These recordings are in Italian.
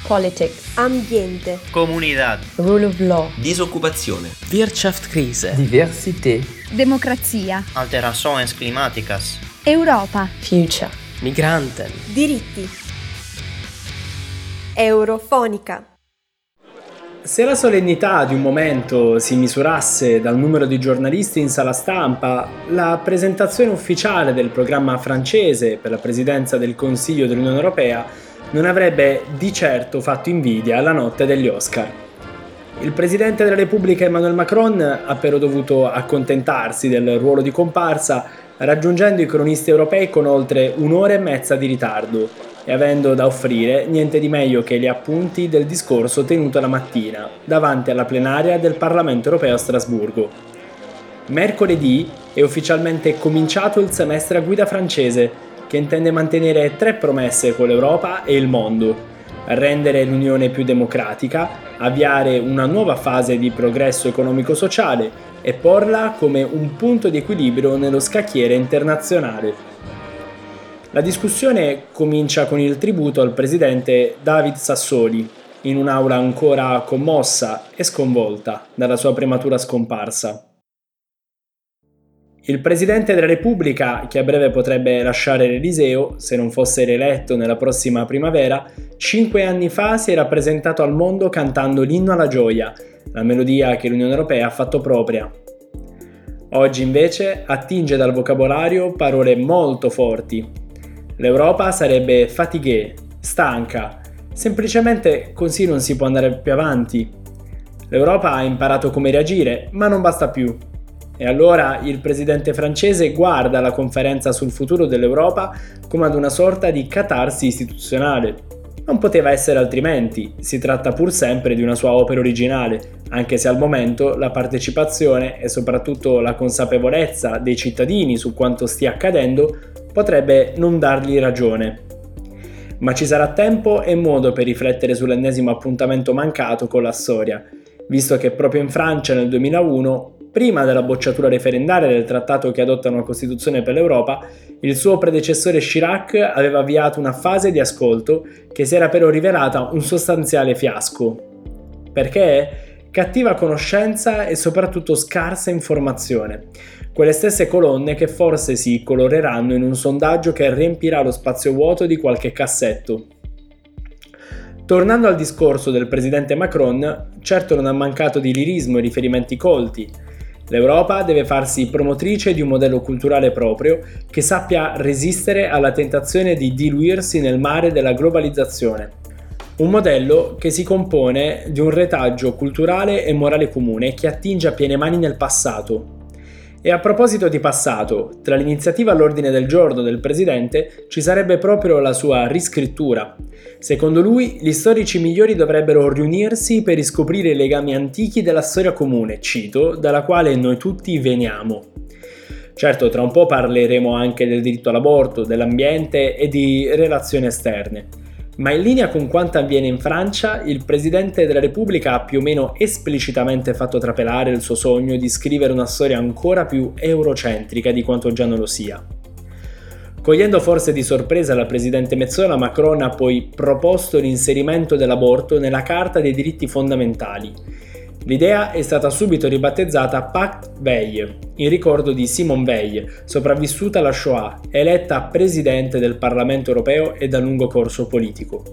Politics, ambiente, comunità, rule of law, disoccupazione, Wirtschaftskrise, diversità, democrazia, alterações climáticas, Europa, future, Migranten, diritti. Eurofonica. Se la solennità di un momento si misurasse dal numero di giornalisti in sala stampa, la presentazione ufficiale del programma francese per la presidenza del Consiglio dell'Unione Europea non avrebbe di certo fatto invidia alla notte degli Oscar. Il presidente della Repubblica Emmanuel Macron ha però dovuto accontentarsi del ruolo di comparsa, raggiungendo i cronisti europei con oltre un'ora e mezza di ritardo e avendo da offrire niente di meglio che gli appunti del discorso tenuto la mattina davanti alla plenaria del Parlamento europeo a Strasburgo. Mercoledì è ufficialmente cominciato il semestre a guida francese, che intende mantenere 3 promesse con l'Europa e il mondo: rendere l'Unione più democratica, avviare una nuova fase di progresso economico-sociale e porla come un punto di equilibrio nello scacchiere internazionale. La discussione comincia con il tributo al presidente David Sassoli, in un'aula ancora commossa e sconvolta dalla sua prematura scomparsa. Il presidente della Repubblica, che a breve potrebbe lasciare l'Eliseo se non fosse rieletto nella prossima primavera, 5 anni fa si era presentato al mondo cantando l'inno alla gioia, la melodia che l'Unione Europea ha fatto propria. Oggi invece attinge dal vocabolario parole molto forti. L'Europa sarebbe fatiguée, stanca, semplicemente così non si può andare più avanti. L'Europa ha imparato come reagire, ma non basta più. E allora il presidente francese guarda la conferenza sul futuro dell'Europa come ad una sorta di catarsi istituzionale. Non poteva essere altrimenti, si tratta pur sempre di una sua opera originale, anche se al momento la partecipazione e soprattutto la consapevolezza dei cittadini su quanto stia accadendo potrebbe non dargli ragione. Ma ci sarà tempo e modo per riflettere sull'ennesimo appuntamento mancato con la storia, visto che proprio in Francia nel 2001, prima della bocciatura referendaria del trattato che adotta una Costituzione per l'Europa, il suo predecessore Chirac aveva avviato una fase di ascolto che si era però rivelata un sostanziale fiasco. Perché? Cattiva conoscenza e soprattutto scarsa informazione. Quelle stesse colonne che forse si coloreranno in un sondaggio che riempirà lo spazio vuoto di qualche cassetto. Tornando al discorso del presidente Macron, certo non ha mancato di lirismo e riferimenti colti. L'Europa deve farsi promotrice di un modello culturale proprio che sappia resistere alla tentazione di diluirsi nel mare della globalizzazione. Un modello che si compone di un retaggio culturale e morale comune che attinge a piene mani nel passato. E a proposito di passato, tra l'iniziativa all'ordine del giorno del presidente ci sarebbe proprio la sua riscrittura. Secondo lui, gli storici migliori dovrebbero riunirsi per riscoprire i legami antichi della storia comune, cito, dalla quale noi tutti veniamo. Certo, tra un po' parleremo anche del diritto all'aborto, dell'ambiente e di relazioni esterne. Ma in linea con quanto avviene in Francia, il Presidente della Repubblica ha più o meno esplicitamente fatto trapelare il suo sogno di scrivere una storia ancora più eurocentrica di quanto già non lo sia. Cogliendo forse di sorpresa la Presidente Metsola, Macron ha poi proposto l'inserimento dell'aborto nella Carta dei diritti fondamentali. L'idea è stata subito ribattezzata Pacte Veil, in ricordo di Simone Veil, sopravvissuta alla Shoah, eletta Presidente del Parlamento europeo e dal lungo corso politico.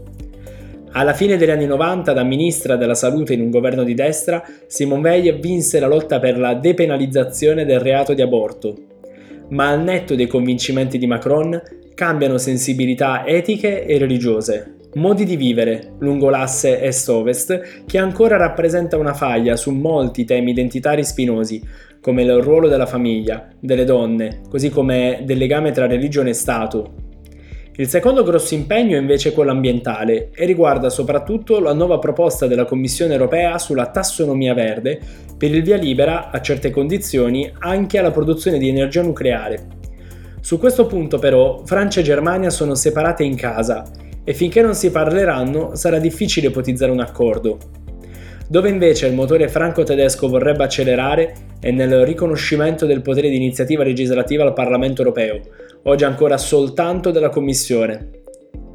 Alla fine degli anni 90, da ministra della salute in un governo di destra, Simone Veil vinse la lotta per la depenalizzazione del reato di aborto. Ma al netto dei convincimenti di Macron, cambiano sensibilità etiche e religiose. Modi di vivere lungo l'asse est-ovest che ancora rappresenta una faglia su molti temi identitari spinosi, come il ruolo della famiglia, delle donne, così come del legame tra religione e Stato. Il secondo grosso impegno è invece quello ambientale e riguarda soprattutto la nuova proposta della Commissione europea sulla tassonomia verde per il via libera, a certe condizioni, anche alla produzione di energia nucleare. Su questo punto però Francia e Germania sono separate in casa e finché non si parleranno sarà difficile ipotizzare un accordo. Dove invece il motore franco-tedesco vorrebbe accelerare è nel riconoscimento del potere di iniziativa legislativa al Parlamento europeo, oggi ancora soltanto della Commissione.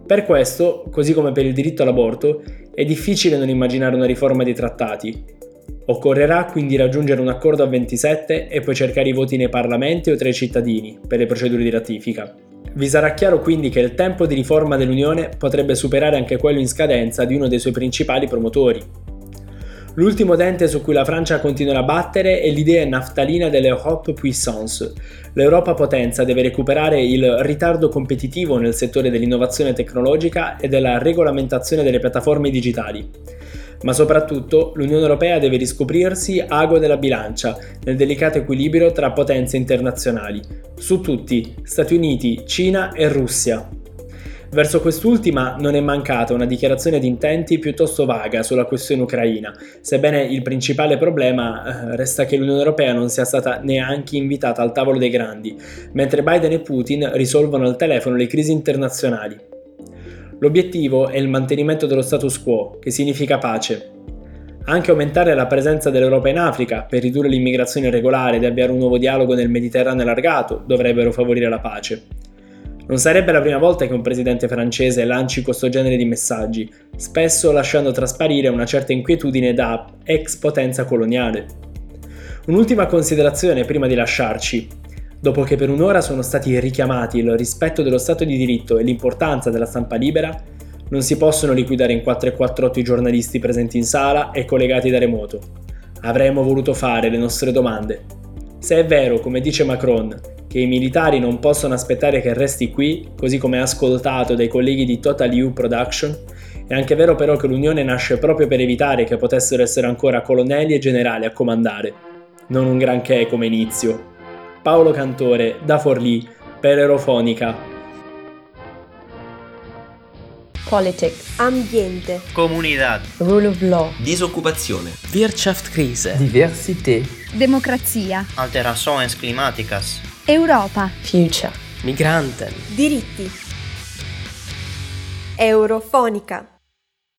Per questo, così come per il diritto all'aborto, è difficile non immaginare una riforma dei trattati. Occorrerà quindi raggiungere un accordo a 27 e poi cercare i voti nei parlamenti o tra i cittadini per le procedure di ratifica. Vi sarà chiaro quindi che il tempo di riforma dell'Unione potrebbe superare anche quello in scadenza di uno dei suoi principali promotori. L'ultimo dente su cui la Francia continuerà a battere è l'idea naftalina dell'Europe Puissance. L'Europa potenza deve recuperare il ritardo competitivo nel settore dell'innovazione tecnologica e della regolamentazione delle piattaforme digitali. Ma soprattutto l'Unione Europea deve riscoprirsi ago della bilancia nel delicato equilibrio tra potenze internazionali, su tutti Stati Uniti, Cina e Russia. Verso quest'ultima non è mancata una dichiarazione di intenti piuttosto vaga sulla questione ucraina, sebbene il principale problema resta che l'Unione Europea non sia stata neanche invitata al tavolo dei grandi, mentre Biden e Putin risolvono al telefono le crisi internazionali. L'obiettivo è il mantenimento dello status quo, che significa pace. Anche aumentare la presenza dell'Europa in Africa per ridurre l'immigrazione irregolare ed avviare un nuovo dialogo nel Mediterraneo allargato dovrebbero favorire la pace. Non sarebbe la prima volta che un presidente francese lanci questo genere di messaggi, spesso lasciando trasparire una certa inquietudine da ex potenza coloniale. Un'ultima considerazione prima di lasciarci. Dopo che per un'ora sono stati richiamati il rispetto dello Stato di diritto e l'importanza della stampa libera, non si possono liquidare in 448 i giornalisti presenti in sala e collegati da remoto. Avremmo voluto fare le nostre domande. Se è vero, come dice Macron, che i militari non possono aspettare che resti qui, così come ascoltato dai colleghi di Total EU Production, è anche vero però che l'Unione nasce proprio per evitare che potessero essere ancora colonnelli e generali a comandare. Non un granché come inizio. Paolo Cantore, da Forlì, per Eurofonica. Politics. Ambiente. Comunidad. Rule of law. Disoccupazione. Wirtschaftskrise. Diversité. Democrazia. Alterações climáticas. Europa. Future. Migranten. Diritti. Eurofonica.